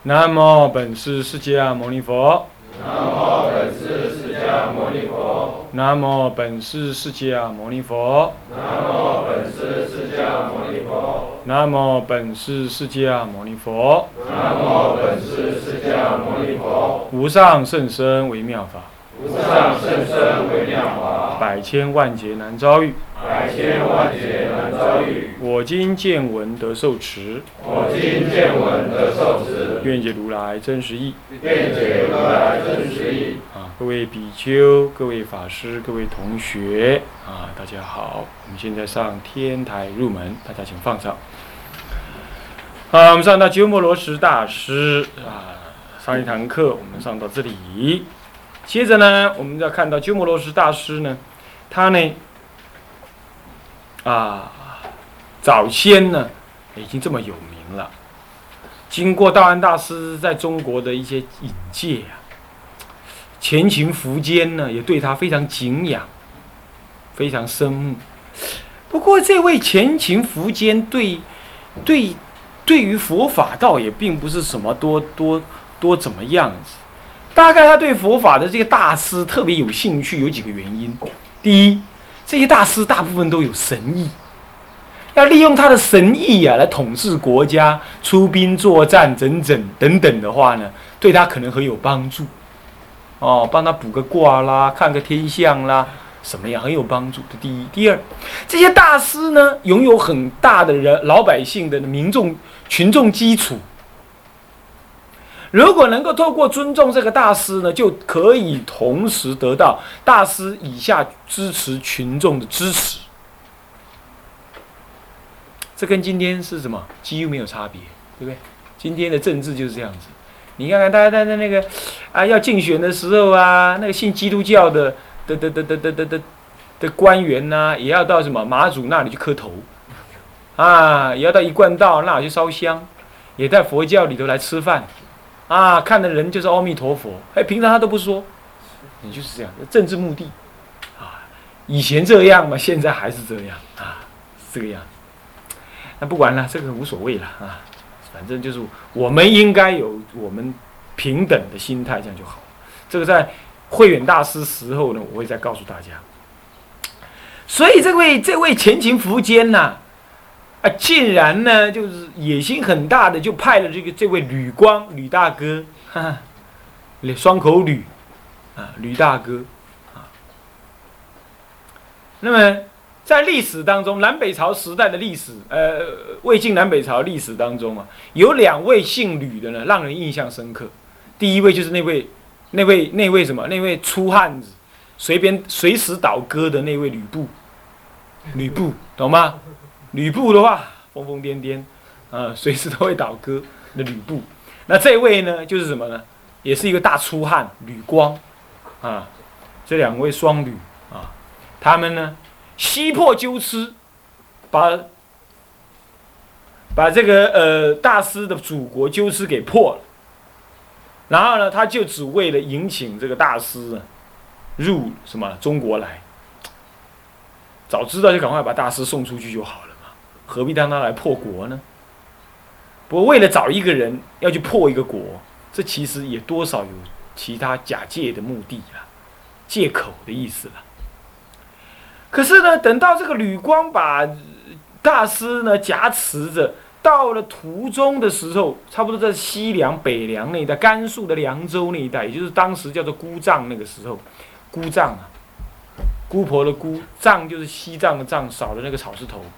南无本师释迦牟尼佛。 南无本师释迦牟尼佛。 南无本师释迦牟尼佛。 南无本师释迦牟尼佛。 南无本师释迦牟尼佛。 南无本师释迦牟尼佛。 无上甚深微妙法， 无上甚深微妙法， 百千万劫难遭遇。 百千万劫难遭遇。 我今见闻得受持， 我今见闻得受持， 愿解如来真实义。 愿解如来真实义。 各位比丘、各位法师、各位同学大家好，我们现在上天台入门，大家请放上。我们上到鸠摩罗什大师上一堂课我们上到这里，接着呢，我们要看到鸠摩罗什大师呢，他呢早先呢已经这么有名了，经过道安大师在中国的一些引介前秦苻坚呢也对他非常敬仰，非常深慕。不过这位前秦苻坚对于佛法倒也并不是什么多怎么样子。大概他对佛法的这个大师特别有兴趣，有几个原因。第一，这些大师大部分都有神意，要利用他的神意来统治国家、出兵作战等等的话呢，对他可能很有帮助。帮他卜个卦啦，看个天象啦，什么样很有帮助的。第一，第二，这些大师呢，拥有很大的老百姓的群众基础。如果能够透过尊重这个大师呢，就可以同时得到大师以下支持群众的支持。这跟今天是什么几乎没有差别，对不对？今天的政治就是这样子。你看看大家在那个要竞选的时候那个信基督教的官员也要到什么妈祖那里去磕头也要到一贯道那里去烧香，也在佛教里头来吃饭看的人就是阿弥陀佛，平常他都不说，你就是这样政治目的以前这样嘛，现在还是这样是这个样子。那不管了，这个无所谓了反正就是我们应该有我们平等的心态，这样就好。这个在慧远大师时候呢，我会再告诉大家。所以这位前秦苻坚竟然呢就是野心很大的，就派了这位吕光吕大哥双口吕吕大哥那么在历史当中，南北朝时代的历史，魏晋南北朝历史当中有两位姓吕的呢，让人印象深刻。第一位就是那位什么？那位粗汉子，随时倒戈的那位吕布，懂吗？吕布的话，疯疯癫癫，随时都会倒戈的吕布。那这位呢，就是什么呢？也是一个大粗汉，吕光，这两位双吕他们呢，西破鸠兹，把这个大师的祖国鸠兹给破了。然后呢，他就只为了迎请这个大师入什么中国来。早知道就赶快把大师送出去就好了嘛，何必让他来破国呢？不过为了找一个人要去破一个国，这其实也多少有其他假借的目的借口的意思了。可是呢，等到这个吕光把大师呢挟持着到了途中的时候，差不多在西凉、北凉那一带，甘肃的凉州那一带，也就是当时叫做姑藏那个时候，姑藏姑婆的姑，藏就是西藏的藏，少了那个草字头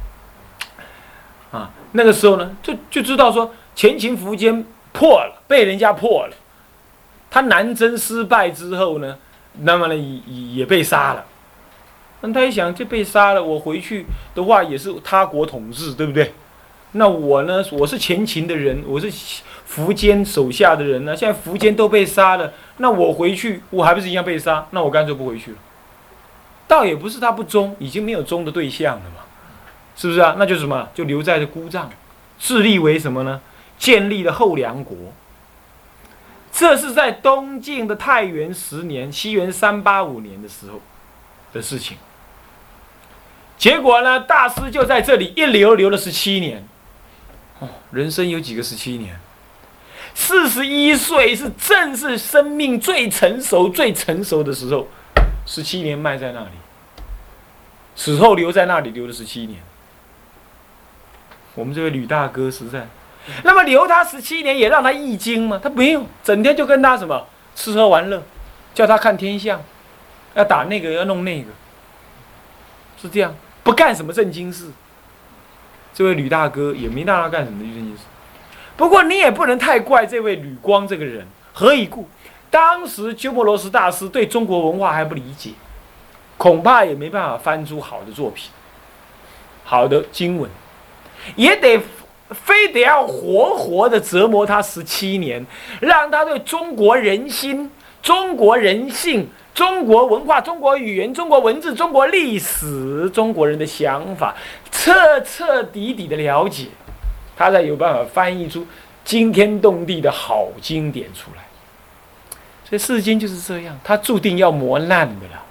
那个时候呢，就知道说前秦苻坚破了，被人家破了。他南征失败之后呢，那么呢也被杀了。那他一想，这被杀了，我回去的话也是他国统治，对不对？那我呢，我是前秦的人，我是苻坚手下的人呢。现在苻坚都被杀了，那我回去，我还不是一样被杀？那我干脆不回去了。倒也不是他不忠，已经没有忠的对象了嘛，是不是那就什么，就留在了姑藏，致力为什么呢？建立了后梁国。这是在东晋的太元10年，西元385年的时候的事情。结果呢，大师就在这里一留了17年。人生有几个17年？ 41岁是正是生命最成熟的时候，17年埋在那里，死后留在那里留了17年。我们这位吕大哥实在，那么留他17年也让他易经吗？他没有，整天就跟他什么吃喝玩乐，叫他看天象，要打那个要弄那个，是这样，不干什么正经事。这位吕大哥也没让他干什么正经事。不过你也不能太怪这位吕光这个人，何以故？当时鸠摩罗什大师对中国文化还不理解，恐怕也没办法翻出好的作品、好的经文，也非得要活的折磨他17年，让他对中国人心、中国人性、中国文化、中国语言、中国文字、中国历史、中国人的想法彻底的了解，他才有办法翻译出惊天动地的好经典出来。所以世经就是这样，他注定要磨难的啦。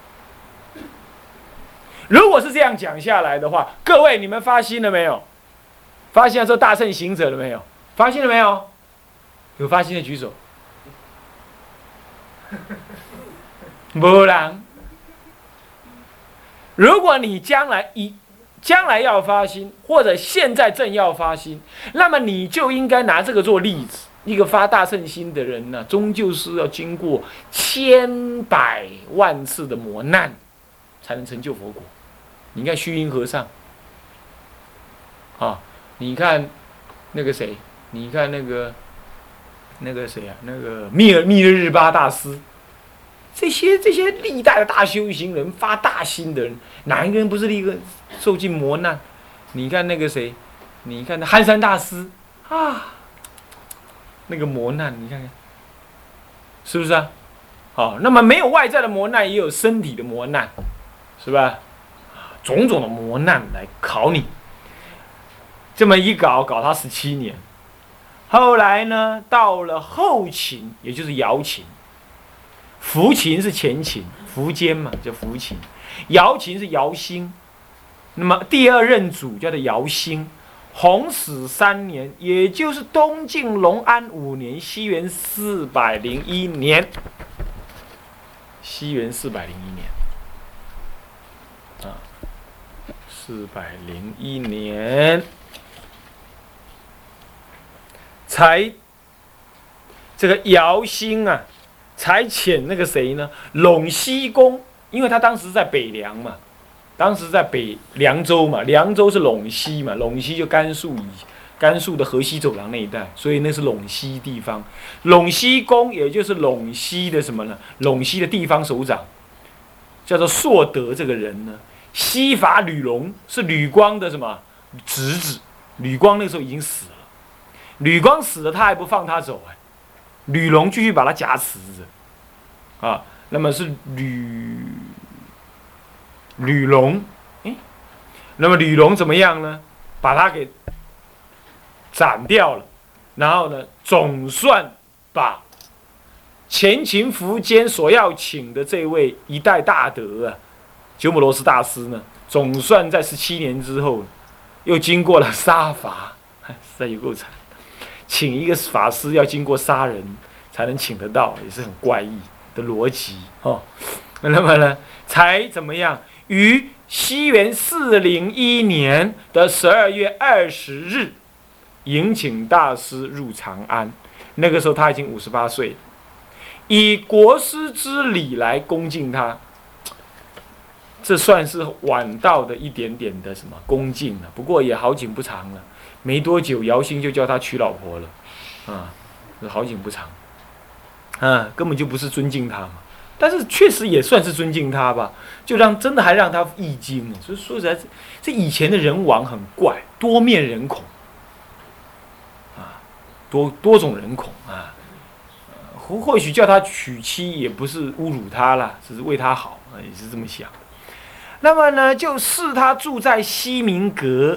如果是这样讲下来的话，各位你们发心了没有？发现这大乘行者了没有？发现了没有？有发现的举手。没人。如果你将来要发心，或者现在正要发心，那么你就应该拿这个做例子。一个发大乘心的人呢，终究是要经过千百万次的磨难，才能成就佛果。你看虚云和尚，啊，你看那个谁，你看那个谁啊，那个密勒日巴大师，这些历代的大修行人、发大心的人，哪一个人不是一个受尽磨难？你看那个谁，你看那憨山大师啊，那个磨难，你看看，是不是啊？好，那么没有外在的磨难，也有身体的磨难，是吧？种种的磨难来考你，这么一搞他17年。后来呢，到了后秦，也就是姚秦。福秦是前秦，苻坚嘛，叫苻秦。姚秦是姚兴，那么第二任主叫做姚兴。弘始3年，也就是东晋隆安5年，西元401年。西元401年，啊，401年才这个姚兴啊。才遣那个谁呢？陇西公，因为他当时在北凉嘛，当时在北凉州嘛，凉州是陇西嘛，陇西就甘肃的河西走廊那一带，所以那是陇西地方。陇西公也就是陇西的什么呢？陇西的地方首长，叫做硕德这个人呢，西伐吕龙，是吕光的什么侄子？吕光那个时候已经死了，吕光死了，他还不放他走哎。吕龙继续把他夹持着，啊，那么是吕龙，那么吕龙怎么样呢？把他给斩掉了，然后呢，总算把前秦苻坚所要请的这位一代大德啊，鸠摩罗什大师呢，总算在17年之后，又经过了杀伐，实在有够惨。请一个法师要经过杀人才能请得到，也是很怪异的逻辑哦。那么呢，才怎么样？于西元401年的12月20日，迎请大师入长安。那个时候他已经58岁了，以国师之礼来恭敬他。这算是晚到的一点点的什么恭敬了，不过也好景不长了。没多久，姚兴就叫他娶老婆了，啊，好景不长，啊，根本就不是尊敬他嘛，但是确实也算是尊敬他吧，就真的还让他易经了。所以说实在，这以前的人王很怪，多面人孔，啊，多种人孔啊，或许叫他娶妻也不是侮辱他啦，只是为他好，也是这么想。那么呢，就视他住在西明阁。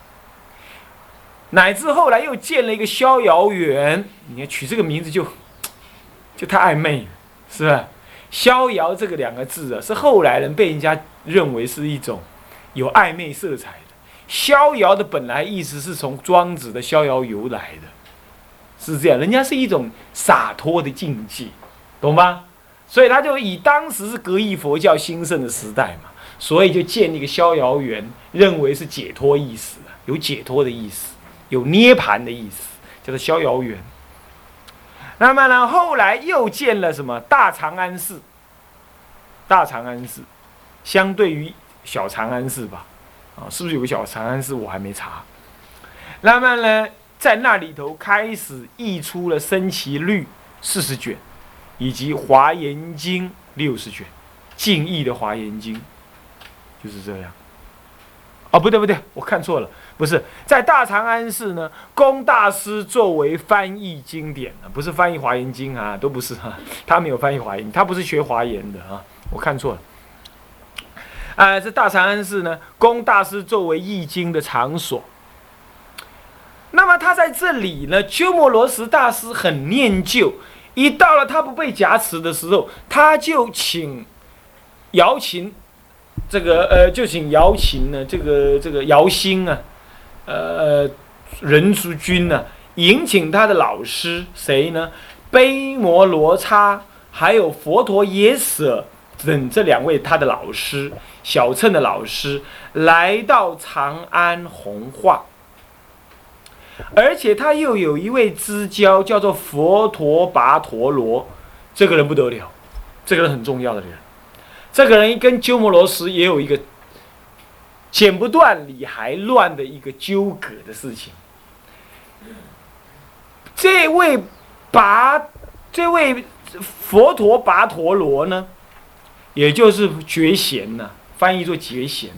乃至后来又建了一个逍遥园，你看取这个名字就太暧昧了，是吧？逍遥这个2个字啊，是后来人被人家认为是一种有暧昧色彩的。逍遥的本来意思是从庄子的逍遥游来的， 是这样，人家是一种洒脱的境界，懂吗？所以他就以当时是格义佛教兴盛的时代嘛，所以就建立一个逍遥园，认为是解脱意思，有解脱的意思，有涅槃的意思，叫做逍遥园。那么呢，后来又建了什么大长安寺？大长安寺相对于小长安寺吧，是不是有个小长安寺？我还没查。那么呢，在那里头开始译出了僧祇律40卷，以及华严经60卷，净译的华严经就是这样。不对，我看错了，不是在大长安寺呢，龚大师作为翻译经典的，不是翻译华严经啊，都不是哈，他没有翻译华严，他不是学华严的啊，我看错了。这大长安寺呢，龚大师作为译经的场所。那么他在这里呢，鸠摩罗什大师很念旧，一到了他不被加持的时候，他就请姚琴。就请姚琴呢，这个姚兴啊，任叔君呢，迎请他的老师谁呢？卑摩罗叉，还有佛陀耶舍等这2位他的老师，小乘的老师，来到长安弘化。而且他又有一位知交，叫做佛陀跋陀罗，这个人不得了，这个人很重要的人。这个人跟鸠摩罗什也有一个剪不断理还乱的一个纠葛的事情。这位佛陀跋陀罗呢，也就是觉贤呢，翻译作觉贤。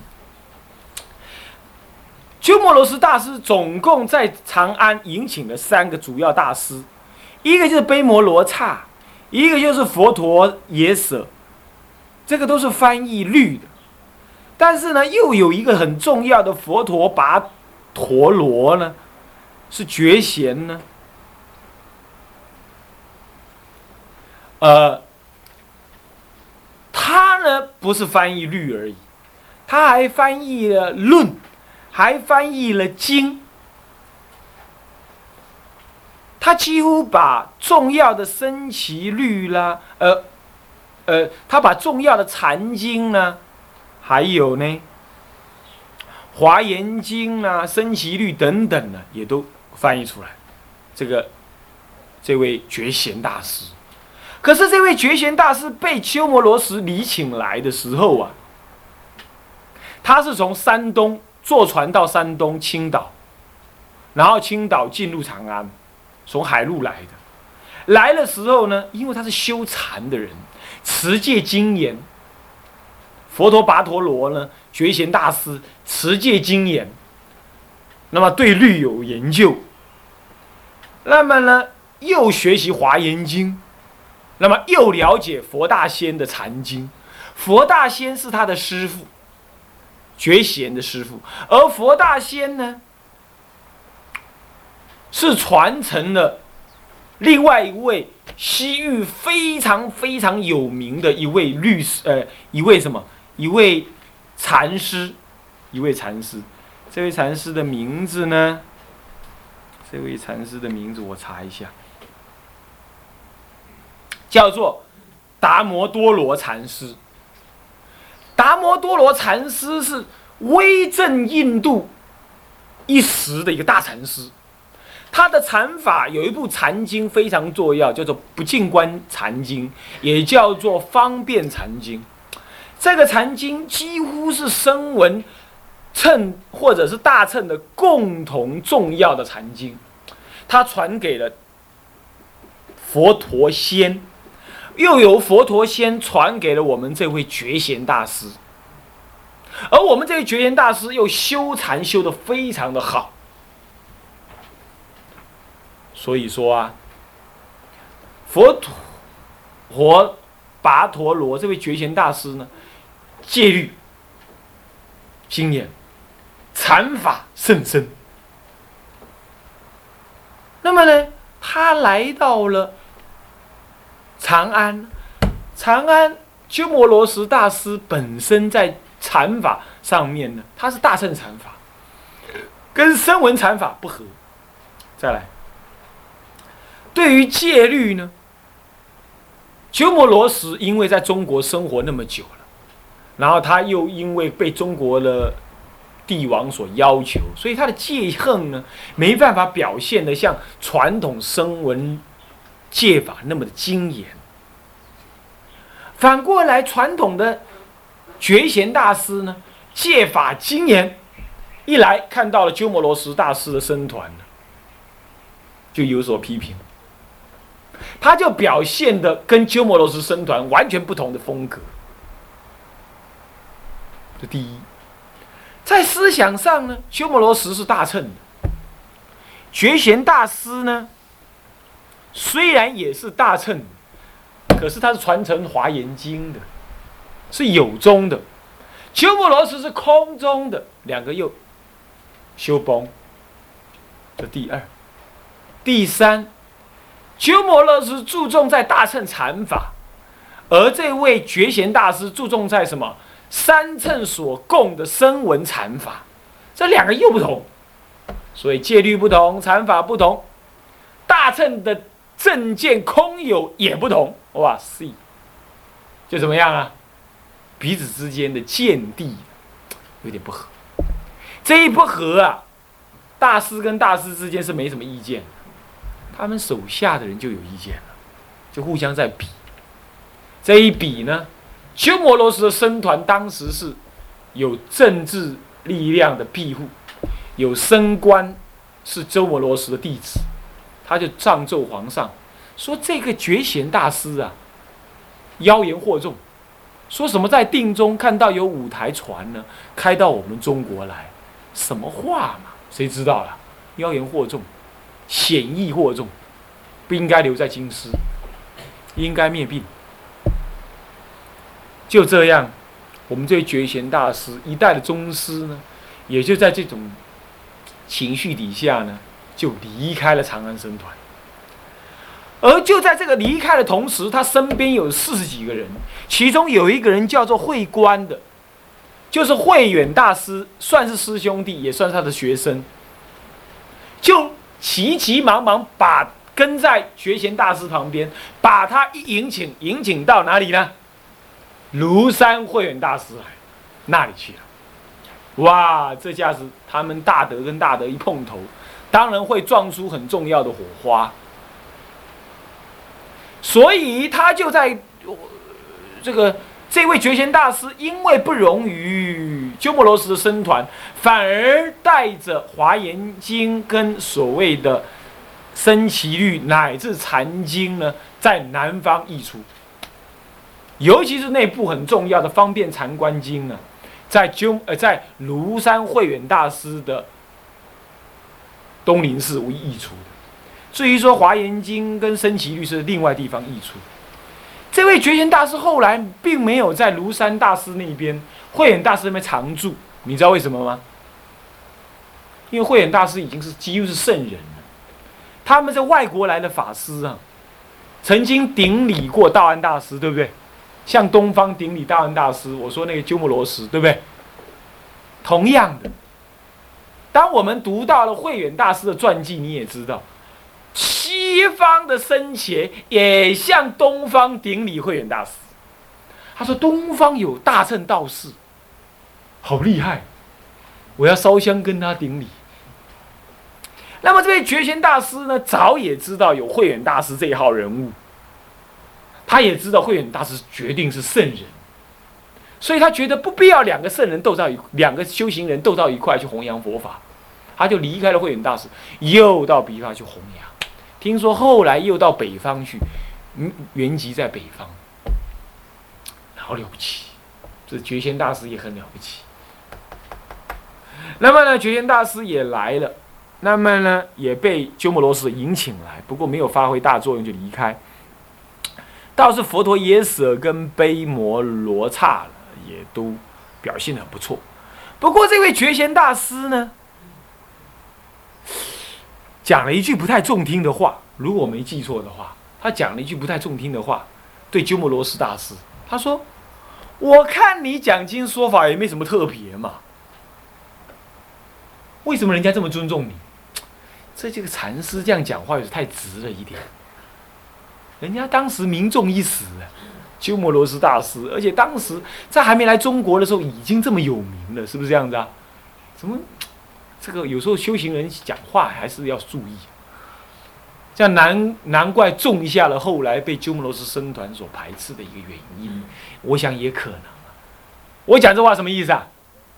鸠摩罗什大师总共在长安迎请了3个主要大师，一个就是卑摩罗叉，一个就是佛陀耶舍。这个都是翻译律的，但是呢，又有一个很重要的佛陀跋陀罗呢，是觉贤呢。他呢不是翻译律而已，他还翻译了论，还翻译了经。他几乎把重要的僧祇律啦，他把重要的禅经呢，还有呢，华严经啊、僧祇律等等呢，也都翻译出来。这位觉贤大师，可是这位觉贤大师被鸠摩罗什礼请来的时候啊，他是从山东坐船到山东青岛，然后青岛进入长安，从海路来的。来的时候呢，因为他是修禅的人。持戒精严，佛陀跋陀罗呢，觉贤大师持戒精严，那么对律有研究，那么呢又学习华严经，那么又了解佛大仙的禅经。佛大仙是他的师父，觉贤的师父，而佛大仙呢是传承了另外一位西域非常非常有名的一位一位禅师，这位禅师的名字呢？我查一下，叫做达摩多罗禅师。达摩多罗禅师是威震印度一时的一个大禅师。他的禅法有一部禅经非常重要，叫做不净观禅经，也叫做方便禅经。这个禅经几乎是声闻乘或者是大乘的共同重要的禅经，他传给了佛陀仙，又由佛陀仙传给了我们这位觉贤大师，而我们这位觉贤大师又修禅修得非常的好。所以说啊，佛跋陀罗这位觉贤大师呢，戒律精严，禅法甚深。那么呢，他来到了长安，鸠摩罗什大师本身在禅法上面呢，他是大乘禅法，跟声闻禅法不合。再来。 对于戒律呢，鸠摩罗什因为在中国生活那么久了，然后他又因为被中国的帝王所要求，所以他的戒恨呢没办法表现得像传统声闻戒法那么的精严。反过来，传统的觉贤大师呢，戒法精严，一来看到了鸠摩罗什大师的僧团呢，就有所批评，他就表现的跟鸠摩罗什僧团完全不同的风格。这第一，在思想上呢，鸠摩罗什是大乘的，觉贤大师呢，虽然也是大乘的，可是他是传承华严经的，是有宗的。鸠摩罗什是空宗的，两个又修崩。这第二。第三，鸠摩罗什注重在大乘禅法，而这位觉贤大师注重在什么？三乘所供的声闻禅法，这两个又不同，所以戒律不同，禅法不同，大乘的正见空有也不同。哇塞，就怎么样啊？彼此之间的见地有点不合。这一不合啊，大师跟大师之间是没什么意见的，他们手下的人就有意见了，就互相在比。这一比呢，鸠摩罗什的僧团当时是有政治力量的庇护，有升官是鸠摩罗什的弟子，他就上奏皇上说，这个觉贤大师啊，妖言惑众，说什么在定中看到有5台船呢，开到我们中国来，什么话嘛？谁知道啦？妖言惑众，显意惑众，不应该留在京师，应该灭并。就这样，我们这位觉贤大师一代的宗师呢，也就在这种情绪底下呢，就离开了长安僧团。而就在这个离开的同时，他身边有40几个人，其中有一个人叫做慧观的，就是慧远大师，算是师兄弟，也算是他的学生，就急急忙忙把跟在觉贤大师旁边，把他一迎请到哪里呢？庐山慧远大师来那里去了。哇，这下子他们大德跟大德一碰头，当然会撞出很重要的火花。所以他就在这位觉贤大师，因为不容于鸠摩罗什的僧团，反而带着华严经跟所谓的僧祇律乃至禅经呢，在南方译出。尤其是那部很重要的方便禅观经呢，在庐山慧远大师的东林寺译出的。至于说华严经跟僧祇律是另外地方译出。这位觉贤大师后来并没有在庐山大师那边、慧远大师那边常住，你知道为什么吗？因为慧远大师已经是几乎是圣人了，他们是外国来的法师啊，曾经顶礼过道安大师，对不对？向东方顶礼道安大师，我说那个鸠摩罗什，对不对？同样的，当我们读到了慧远大师的传记，你也知道，西方的僧伽也向东方顶礼慧远大师。他说东方有大乘道士，好厉害，我要烧香跟他顶礼。那么这位觉贤大师呢，早也知道有慧远大师这一号人物，他也知道慧远大师决定是圣人，所以他觉得不必要两个圣人两个修行人斗到一块去弘扬佛法，他就离开了慧远大师，又到别方去弘扬。听说后来又到北方去，原籍在北方，好了不起。这觉贤大师也很了不起。那么呢，觉贤大师也来了，那么呢，也被鸠摩罗什迎请来，不过没有发挥大作用就离开。倒是佛陀耶舍跟卑摩罗刹也都表现得很不错。不过这位觉贤大师呢，讲了一句不太中听的话，如果我没记错的话，他讲了一句不太中听的话，对鸠摩罗什大师，他说：“我看你讲经说法也没什么特别嘛，为什么人家这么尊重你？”这个禅师这样讲话有点太直了一点。 人家当时民众一时啊，鸠摩罗什大师，而且当时在还没来中国的时候已经这么有名了，是不是这样子啊？怎么这个有时候修行人讲话还是要注意。这样难怪种下了后来被鸠摩罗什僧团所排斥的一个原因，我想也可能啊。我讲这话什么意思啊？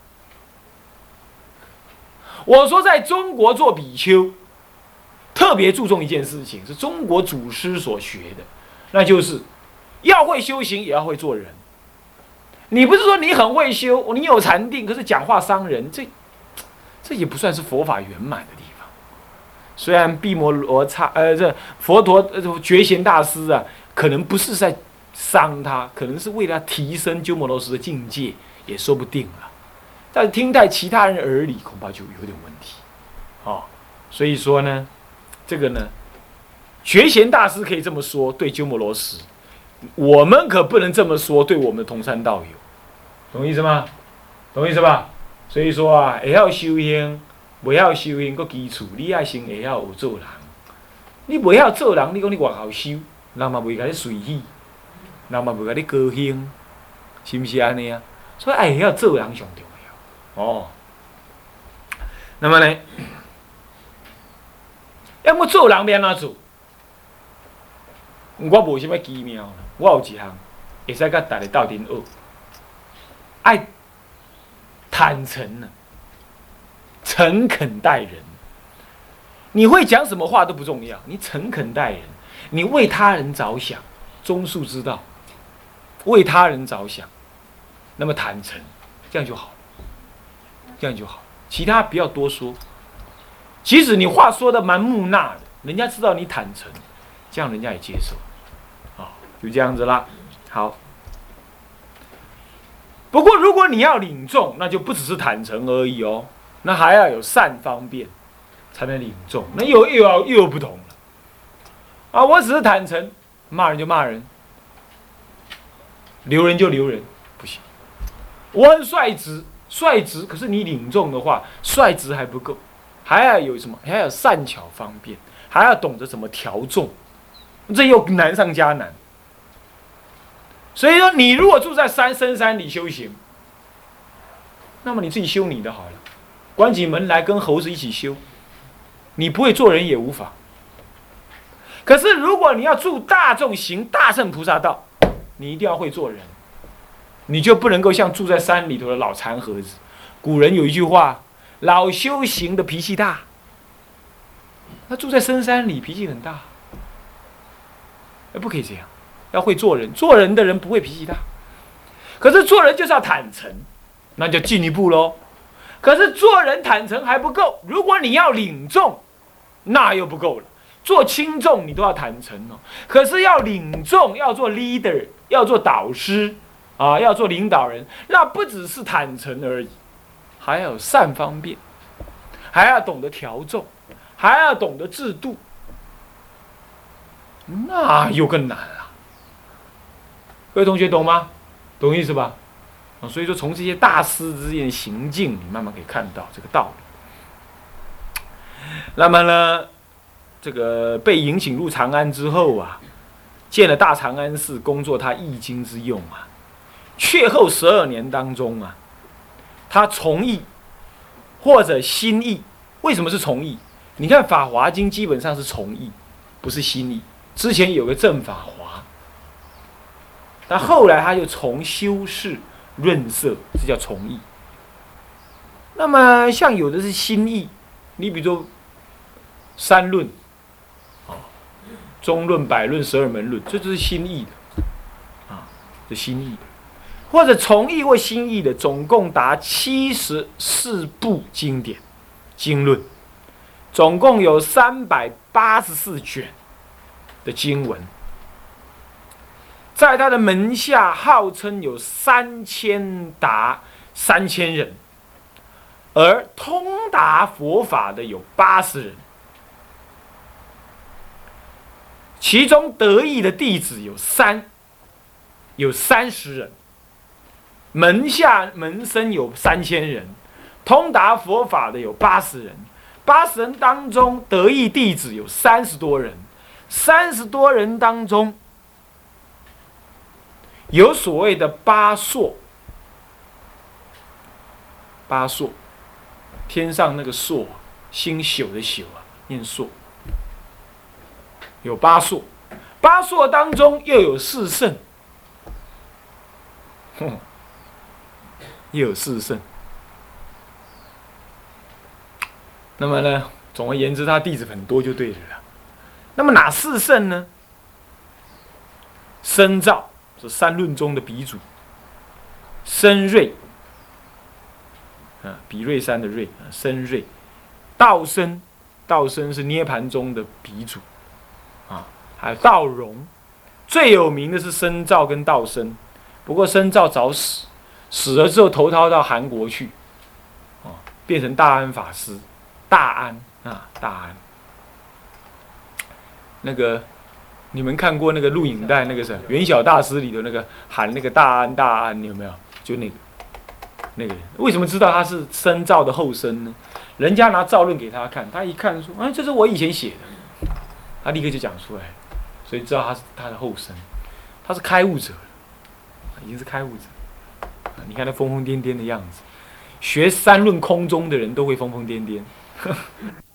我说在中国做比丘，特别注重一件事情，是中国祖师所学的，那就是要会修行，也要会做人。你不是说你很会修，你有禅定，可是讲话伤人，这也不算是佛法圆满的地方。虽然毗摩罗刹这佛陀觉贤大师啊，可能不是在伤他，可能是为了提升鸠摩罗什的境界，也说不定了。但是听在其他人耳里，恐怕就有点问题，哦。所以说呢，这个呢，觉贤大师可以这么说对鸠摩罗什，我们可不能这么说对我们的同参道友，懂意思吗？懂意思吧？所以说啊，会晓修行，不晓修行个基础，你要先会晓有做人。你不晓做人，你讲你外口修，人嘛袂甲你随喜，人嘛袂甲你高兴，是不是安尼啊？所以会晓做人上重要。哦，那么呢，要么做人要安怎做？我无啥物奇妙，我有一项会使甲大家斗阵学，爱坦诚啊，诚恳待人。你会讲什么话都不重要，你诚恳待人，你为他人着想，中恕之道，为他人着想，那么坦诚，这样就好，这样就好，其他不要多说。即使你话说的蛮木讷的，人家知道你坦诚，这样人家也接受，就这样子啦。好，不过如果你要领众，那就不只是坦诚而已哦，那还要有善方便才能领众，那又不同了。啊，我只是坦诚，骂人就骂人，留人就留人，不行。我很率直，可是你领众的话，率直还不够，还要有什么？还要有善巧方便，还要懂得怎么调众，这又难上加难。所以说，你如果住在深山里修行，那么你自己修你的好了，关起门来跟猴子一起修，你不会做人也无妨。可是如果你要住大众行大乘菩萨道，你一定要会做人，你就不能够像住在山里头的老残盒子。古人有一句话，老修行的脾气大，他住在深山里脾气很大，不可以这样，要会做人。做人的人不会脾气大，可是做人就是要坦诚，那就进一步咯。可是做人坦诚还不够，如果你要领众，那又不够了。做轻重你都要坦诚哦，可是要领众，要做 leader， 要做导师啊，要做领导人，那不只是坦诚而已，还要有善方便，还要懂得调众，还要懂得制度，那又更难了。各位同学懂吗？懂意思吧？所以说从这些大师之间的行径，你慢慢可以看到这个道理。那么呢，这个被迎请入长安之后啊，建了大长安寺，工作他易经之用啊。阙后12年当中啊，他从译或者新译。为什么是从译？你看《法华经》基本上是从译，不是新译。之前有个正法华，但后来他就重修饰润色，这叫从译。那么像有的是新译，你比如说三论、中论、百论、12门论，这就是新译的这新译，或者从译或新译的，总共达74部经典经论，总共有384卷的经文。在他的门下，号称有达3000人，而通达佛法的有80人，其中得意的弟子有30人，门下门生有3000人，通达佛法的有80人，80人当中得意弟子有30多人， 30多人当中，有所谓的八朔，八朔，天上那个朔，星宿的宿啊，念朔，有八朔，八朔当中又有四圣，又有四圣。那么呢，总而言之，他弟子很多就对了啦。那么哪四圣呢？参照是三论中的鼻祖，参瑞，比瑞山的瑞，参瑞，道生，道生是涅盘中的鼻祖，还有道融，最有名的是参照跟道生，不过参照早死，死了之后投胎到韩国去，变成大安法师。大安大安，那个你们看过那个录影带，那个是元小大师里头那个喊那个大安大安，你有没有？就那个人，为什么知道他是参照的后生呢？人家拿造论给他看，他一看说：“哎，这是我以前写的。”他立刻就讲出来，所以知道他是他的后生，他是开悟者，已经是开悟者。你看他疯疯癫癫的样子，学三论空中的人都会疯疯癫癫。